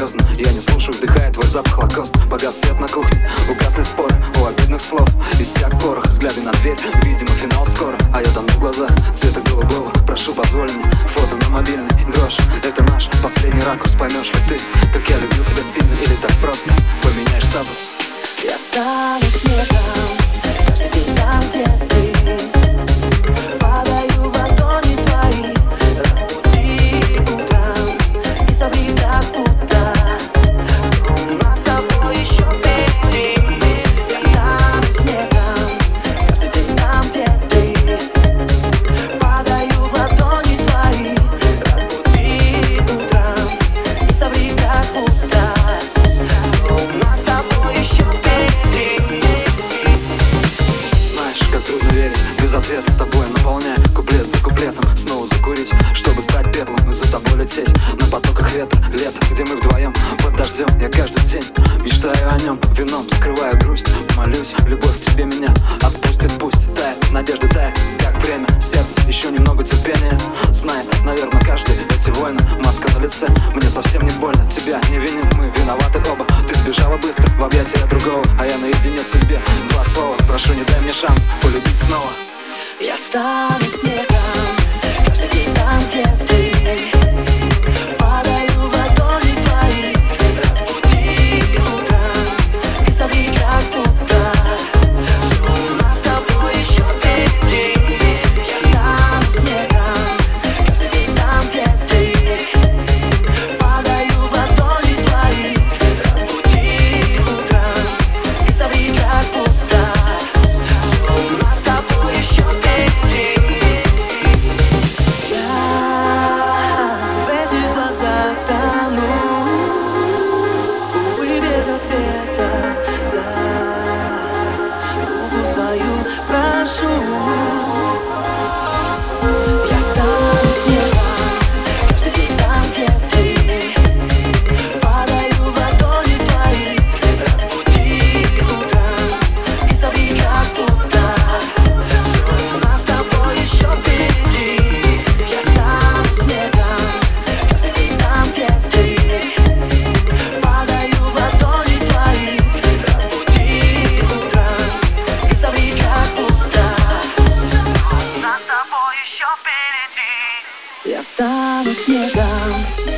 серьезно, я не слушаю, вдыхая твой запах лакост. Погас свет на кухне, угасли споры у обидных слов. Иссяк порох, взгляды на дверь, видимо финал скоро. А я тону в глазах цвета голубого, прошу позволь мне фото на мобильный. Дрожь, это наш последний ракурс, поймешь ли ты, как я любил тебя сильно, или так просто поменяешь статус. Я стану снегом каждый день там, где ты. Падаю в ладони твои, разбуди утром и соври так будто всё у нас с тобой еще впереди. Я стану снегом каждый день там, где ты. Падаю в ладони твои, разбуди утром и соври так будто всё у нас с тобой еще впереди. Знаешь, как трудно верить, без ответа тобой наполняя куплет за куплетом. Снова закурить, чтобы стать пеплом, и за тобой лететь на потоках ветра. Лето, где мы вдвоем под дождем. Я каждый день мечтаю о нем, вином скрываю грусть. Молюсь, любовь к тебе меня отпустит, пусть тает, надежда тает, как время. Сердце, еще немного терпения. Знает, наверное, каждый эти войны. Маска на лице, мне совсем не больно. Тебя не виним, мы виноваты оба. Ты сбежала быстро в объятия другого, а я наедине в судьбе. Два слова, прошу, не дай мне шанс полюбить снова. Я стану снегом каждый день там, где ты. Падаю в ладони твои, разбуди утром и соври так будто всё у нас с тобой еще впереди. Я стану снегом каждый день там, где ты. Падаю в ладони твои, разбуди утром и соври так будто всё у нас с тобой еще впереди. Прошу, я стану снегом каждый день там, где ты. Падаю в ладони твои, разбуди утром и соври как будто всё у нас с тобой еще впереди. Я стану снегом каждый день там, где ты. Падаю в ладони твои, разбуди утром и соври как будто нас с тобой еще впереди. Я стану снегом.